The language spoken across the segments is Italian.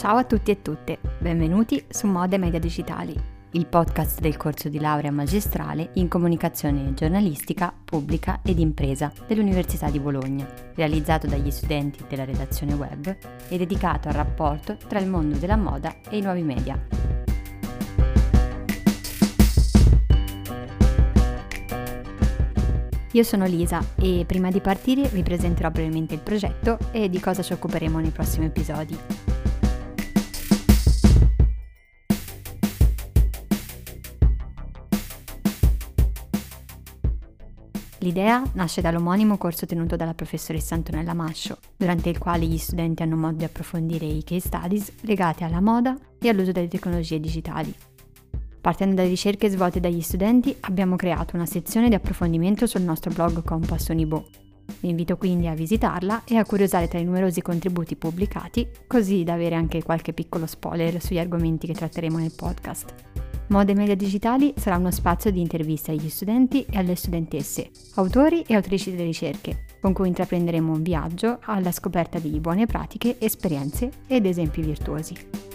Ciao a tutti e tutte, benvenuti su Moda e Media Digitali, il podcast del corso di laurea magistrale in comunicazione giornalistica, pubblica ed impresa dell'Università di Bologna, realizzato dagli studenti della redazione web e dedicato al rapporto tra il mondo della moda e i nuovi media. Io sono Lisa e prima di partire vi presenterò brevemente il progetto e di cosa ci occuperemo nei prossimi episodi. L'idea nasce dall'omonimo corso tenuto dalla professoressa Antonella Mascio, durante il quale gli studenti hanno modo di approfondire i case studies legati alla moda e all'uso delle tecnologie digitali. Partendo dalle ricerche svolte dagli studenti, abbiamo creato una sezione di approfondimento sul nostro blog Compass Unibo. Vi invito quindi a visitarla e a curiosare tra i numerosi contributi pubblicati, così da avere anche qualche piccolo spoiler sugli argomenti che tratteremo nel podcast. Moda e Media Digitali sarà uno spazio di interviste agli studenti e alle studentesse, autori e autrici delle ricerche, con cui intraprenderemo un viaggio alla scoperta di buone pratiche, esperienze ed esempi virtuosi.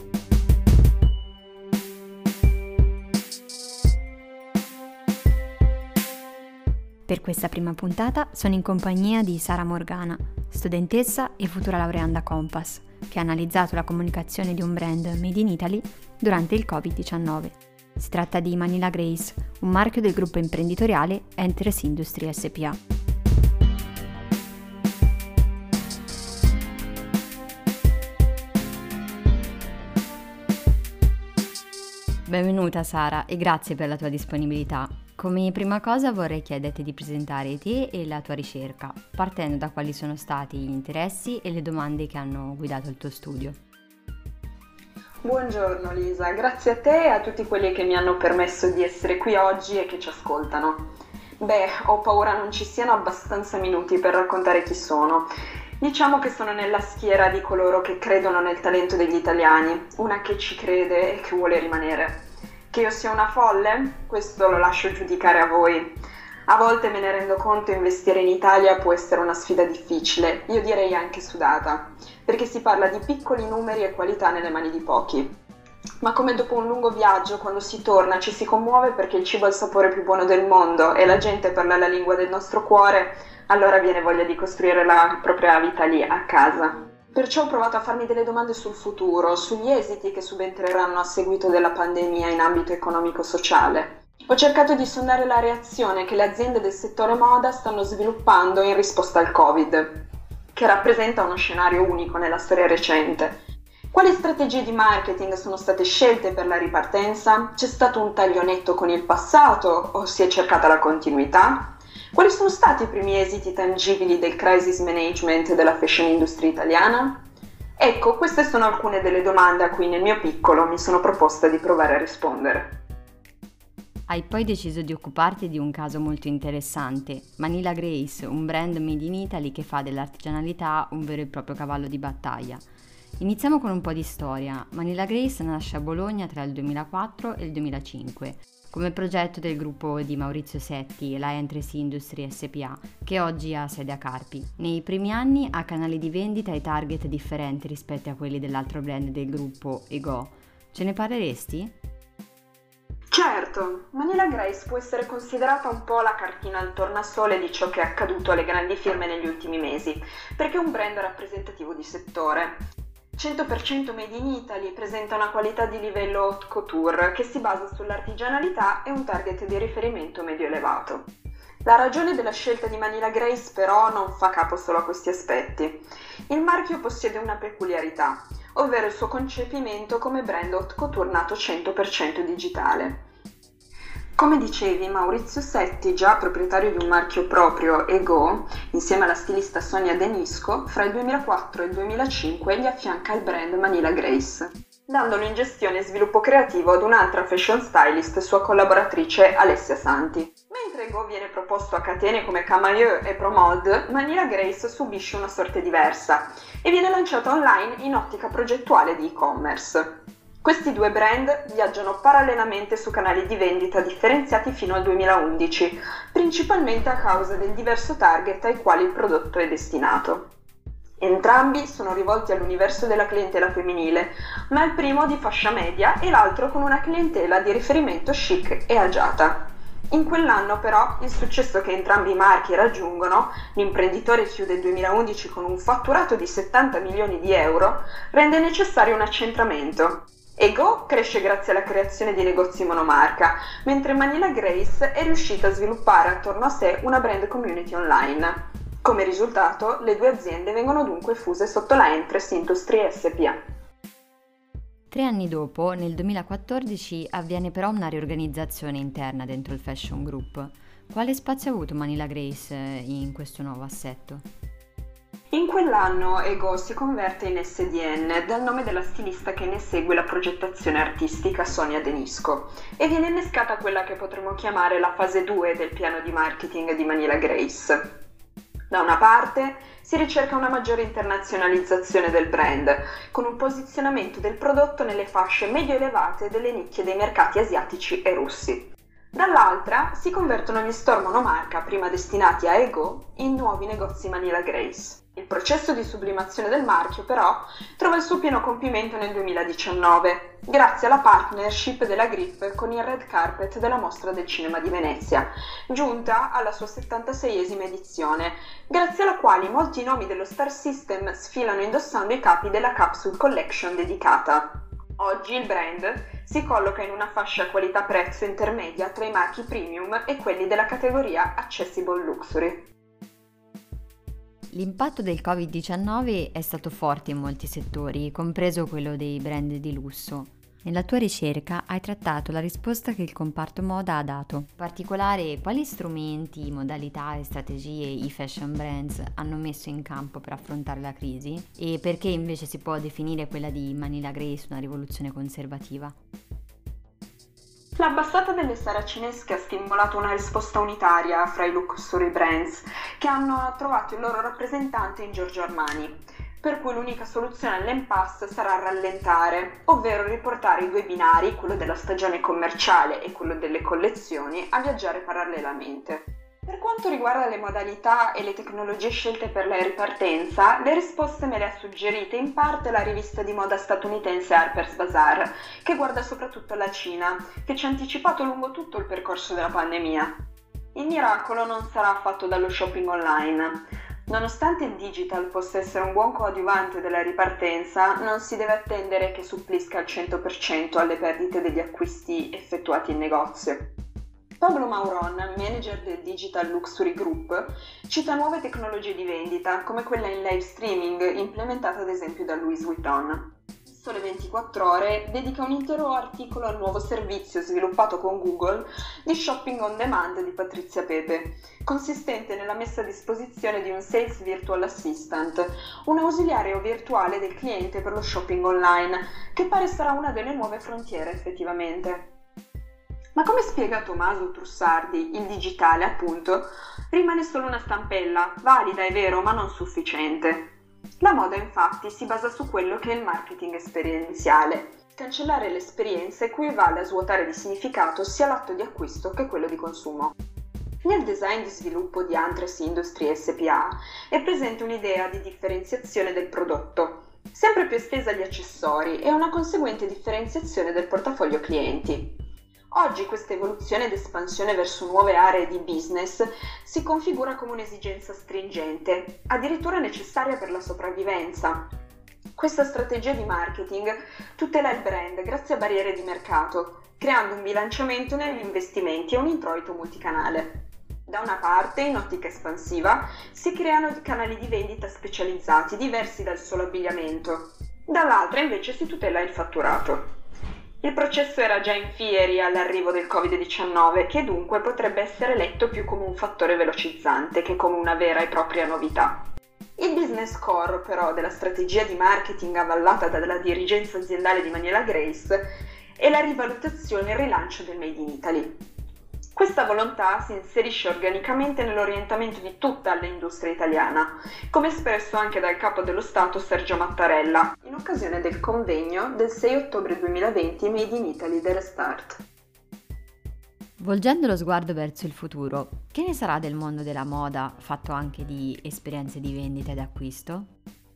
Per questa prima puntata sono in compagnia di Sara Morgana, studentessa e futura laureanda Compass, che ha analizzato la comunicazione di un brand made in Italy durante il Covid-19. Si tratta di Manila Grace, un marchio del gruppo imprenditoriale Entres Industry SpA. Benvenuta Sara e grazie per la tua disponibilità. Come prima cosa vorrei chiederti di presentare te e la tua ricerca, partendo da quali sono stati gli interessi e le domande che hanno guidato il tuo studio. Buongiorno Lisa, grazie a te e a tutti quelli che mi hanno permesso di essere qui oggi e che ci ascoltano. Ho paura non ci siano abbastanza minuti per raccontare chi sono. Diciamo che sono nella schiera di coloro che credono nel talento degli italiani, una che ci crede e che vuole rimanere. Che io sia una folle? Questo lo lascio giudicare a voi. A volte me ne rendo conto, investire in Italia può essere una sfida difficile, io direi anche sudata, perché si parla di piccoli numeri e qualità nelle mani di pochi. Ma come dopo un lungo viaggio, quando si torna ci si commuove perché il cibo ha il sapore più buono del mondo e la gente parla la lingua del nostro cuore, allora viene voglia di costruire la propria vita lì, a casa. Perciò ho provato a farmi delle domande sul futuro, sugli esiti che subentreranno a seguito della pandemia in ambito economico-sociale. Ho cercato di sondare la reazione che le aziende del settore moda stanno sviluppando in risposta al Covid, che rappresenta uno scenario unico nella storia recente. Quali strategie di marketing sono state scelte per la ripartenza? C'è stato un taglio netto con il passato o si è cercata la continuità? Quali sono stati i primi esiti tangibili del crisis management della fashion industry italiana? Ecco, queste sono alcune delle domande a cui nel mio piccolo mi sono proposta di provare a rispondere. Hai poi deciso di occuparti di un caso molto interessante, Manila Grace, un brand made in Italy che fa dell'artigianalità un vero e proprio cavallo di battaglia. Iniziamo con un po' di storia. Manila Grace nasce a Bologna tra il 2004 e il 2005, come progetto del gruppo di Maurizio Setti, la Entres Industry SpA, che oggi ha sede a Carpi. Nei primi anni ha canali di vendita e target differenti rispetto a quelli dell'altro brand del gruppo, Ego. Ce ne parleresti? Certo, Manila Grace può essere considerata un po' la cartina al tornasole di ciò che è accaduto alle grandi firme negli ultimi mesi, perché è un brand rappresentativo di settore. 100% made in Italy, presenta una qualità di livello haute couture che si basa sull'artigianalità e un target di riferimento medio-elevato. La ragione della scelta di Manila Grace però non fa capo solo a questi aspetti. Il marchio possiede una peculiarità, ovvero il suo concepimento come brand haute couture nato 100% digitale. Come dicevi, Maurizio Setti, già proprietario di un marchio proprio, Ego, insieme alla stilista Sonia Denisco, fra il 2004 e il 2005 gli affianca il brand Manila Grace, dandolo in gestione e sviluppo creativo ad un'altra fashion stylist, sua collaboratrice Alessia Santi. Mentre Ego viene proposto a catene come Camaïeu e Promode, Manila Grace subisce una sorte diversa e viene lanciato online in ottica progettuale di e-commerce. Questi due brand viaggiano parallelamente su canali di vendita differenziati fino al 2011, principalmente a causa del diverso target ai quali il prodotto è destinato. Entrambi sono rivolti all'universo della clientela femminile, ma il primo di fascia media e l'altro con una clientela di riferimento chic e agiata. In quell'anno però il successo che entrambi i marchi raggiungono, l'imprenditore chiude il 2011 con un fatturato di 70 milioni di euro, rende necessario un accentramento. Ego cresce grazie alla creazione di negozi monomarca, mentre Manila Grace è riuscita a sviluppare attorno a sé una brand community online. Come risultato, le due aziende vengono dunque fuse sotto la Empress Industries SpA. 3 anni dopo, nel 2014, avviene però una riorganizzazione interna dentro il Fashion Group. Quale spazio ha avuto Manila Grace in questo nuovo assetto? In quell'anno Ego si converte in SDN dal nome della stilista che ne segue la progettazione artistica, Sonia Denisco, e viene innescata quella che potremmo chiamare la fase 2 del piano di marketing di Manila Grace. Da una parte si ricerca una maggiore internazionalizzazione del brand, con un posizionamento del prodotto nelle fasce medio-elevate delle nicchie dei mercati asiatici e russi. Dall'altra si convertono gli store monomarca prima destinati a Ego in nuovi negozi Manila Grace. Il processo di sublimazione del marchio però trova il suo pieno compimento nel 2019, grazie alla partnership della Grip con il Red Carpet della Mostra del Cinema di Venezia, giunta alla sua 76esima edizione, grazie alla quale molti nomi dello Star System sfilano indossando i capi della Capsule Collection dedicata. Oggi il brand si colloca in una fascia qualità-prezzo intermedia tra i marchi premium e quelli della categoria Accessible Luxury. L'impatto del Covid-19 è stato forte in molti settori, compreso quello dei brand di lusso. Nella tua ricerca hai trattato la risposta che il comparto moda ha dato. In particolare, quali strumenti, modalità e strategie i fashion brands hanno messo in campo per affrontare la crisi e perché invece si può definire quella di Manila Grace una rivoluzione conservativa? L'abbassata delle saracinesche ha stimolato una risposta unitaria fra i luxury brands, che hanno trovato il loro rappresentante in Giorgio Armani, per cui l'unica soluzione all'impasse sarà rallentare, ovvero riportare i due binari, quello della stagione commerciale e quello delle collezioni, a viaggiare parallelamente. Per quanto riguarda le modalità e le tecnologie scelte per la ripartenza, le risposte me le ha suggerite in parte la rivista di moda statunitense Harper's Bazaar, che guarda soprattutto alla Cina, che ci ha anticipato lungo tutto il percorso della pandemia. Il miracolo non sarà fatto dallo shopping online. Nonostante il digital possa essere un buon coadiuvante della ripartenza, non si deve attendere che supplisca al 100% alle perdite degli acquisti effettuati in negozio. Pablo Mauron, manager del Digital Luxury Group, cita nuove tecnologie di vendita, come quella in live streaming implementata ad esempio da Louis Vuitton. Sole 24 Ore dedica un intero articolo al nuovo servizio sviluppato con Google di shopping on demand di Patrizia Pepe, consistente nella messa a disposizione di un Sales Virtual Assistant, un ausiliario virtuale del cliente per lo shopping online, che pare sarà una delle nuove frontiere effettivamente. Ma come spiega Tommaso Trussardi, il digitale, appunto, rimane solo una stampella, valida è vero, ma non sufficiente. La moda infatti si basa su quello che è il marketing esperienziale. Cancellare l'esperienza equivale a svuotare di significato sia l'atto di acquisto che quello di consumo. Nel design di sviluppo di Antres Industrie SpA è presente un'idea di differenziazione del prodotto, sempre più estesa agli accessori e una conseguente differenziazione del portafoglio clienti. Oggi questa evoluzione ed espansione verso nuove aree di business si configura come un'esigenza stringente, addirittura necessaria per la sopravvivenza. Questa strategia di marketing tutela il brand grazie a barriere di mercato, creando un bilanciamento negli investimenti e un introito multicanale. Da una parte, in ottica espansiva, si creano canali di vendita specializzati, diversi dal solo abbigliamento. Dall'altra invece si tutela il fatturato. Il processo era già in fieri all'arrivo del Covid-19, che dunque potrebbe essere letto più come un fattore velocizzante che come una vera e propria novità. Il business core, però, della strategia di marketing avallata dalla dirigenza aziendale di Manila Grace è la rivalutazione e il rilancio del Made in Italy. Questa volontà si inserisce organicamente nell'orientamento di tutta l'industria italiana, come espresso anche dal capo dello Stato Sergio Mattarella, in occasione del convegno del 6 ottobre 2020 Made in Italy The Restart. Volgendo lo sguardo verso il futuro, che ne sarà del mondo della moda fatto anche di esperienze di vendita ed acquisto?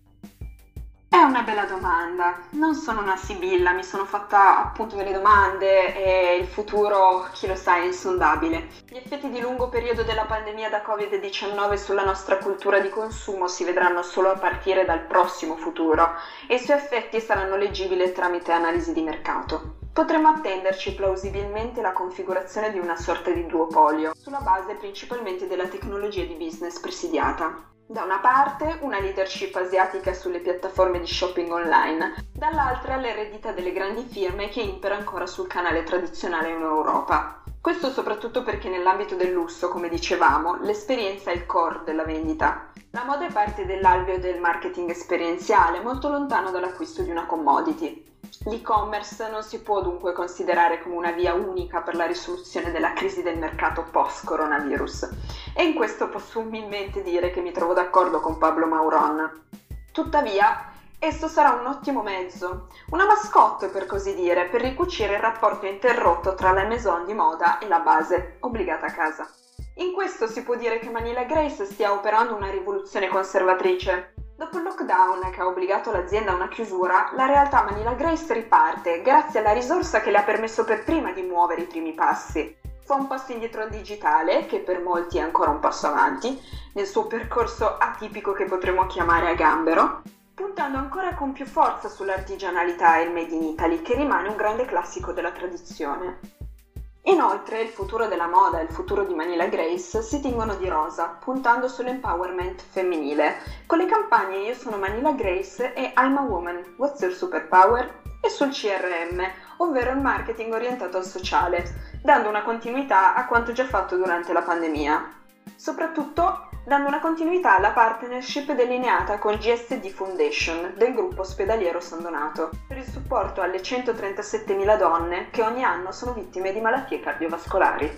una bella domanda. Non sono una sibilla, mi sono fatta appunto delle domande e il futuro, chi lo sa, è insondabile. Gli effetti di lungo periodo della pandemia da Covid-19 sulla nostra cultura di consumo si vedranno solo a partire dal prossimo futuro e i suoi effetti saranno leggibili tramite analisi di mercato. Potremmo attenderci plausibilmente la configurazione di una sorta di duopolio, sulla base principalmente della tecnologia di business presidiata. Da una parte una leadership asiatica sulle piattaforme di shopping online, dall'altra l'eredità delle grandi firme che impera ancora sul canale tradizionale in Europa. Questo soprattutto perché nell'ambito del lusso, come dicevamo, l'esperienza è il core della vendita. La moda è parte dell'alveo del marketing esperienziale, molto lontano dall'acquisto di una commodity. L'e-commerce non si può dunque considerare come una via unica per la risoluzione della crisi del mercato post-coronavirus. E in questo posso umilmente dire che mi trovo d'accordo con Pablo Mauron. Tuttavia, esso sarà un ottimo mezzo, una mascotte per così dire, per ricucire il rapporto interrotto tra la maison di moda e la base, obbligata a casa. In questo si può dire che Manila Grace stia operando una rivoluzione conservatrice. Dopo il lockdown che ha obbligato l'azienda a una chiusura, la realtà Manila Grace riparte grazie alla risorsa che le ha permesso per prima di muovere i primi passi. Fa un passo indietro al digitale, che per molti è ancora un passo avanti, nel suo percorso atipico che potremmo chiamare a gambero, puntando ancora con più forza sull'artigianalità e il Made in Italy, che rimane un grande classico della tradizione. Inoltre il futuro della moda e il futuro di Manila Grace si tingono di rosa, puntando sull'empowerment femminile, con le campagne Io sono Manila Grace e I'm a Woman, What's Your Superpower? E sul CRM, ovvero il marketing orientato al sociale, dando una continuità a quanto già fatto durante la pandemia. Soprattutto dando una continuità alla partnership delineata con GSD Foundation del gruppo ospedaliero San Donato per il supporto alle 137.000 donne che ogni anno sono vittime di malattie cardiovascolari.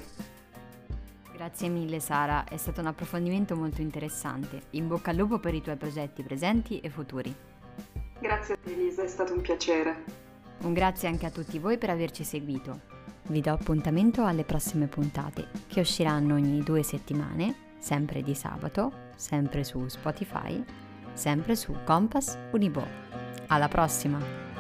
Grazie mille Sara, è stato un approfondimento molto interessante. In bocca al lupo per i tuoi progetti presenti e futuri. Grazie a te Elisa, è stato un piacere. Un grazie anche a tutti voi per averci seguito. Vi do appuntamento alle prossime puntate, che usciranno ogni 2 settimane, sempre di sabato, sempre su Spotify, sempre su Compass Unibo. Alla prossima!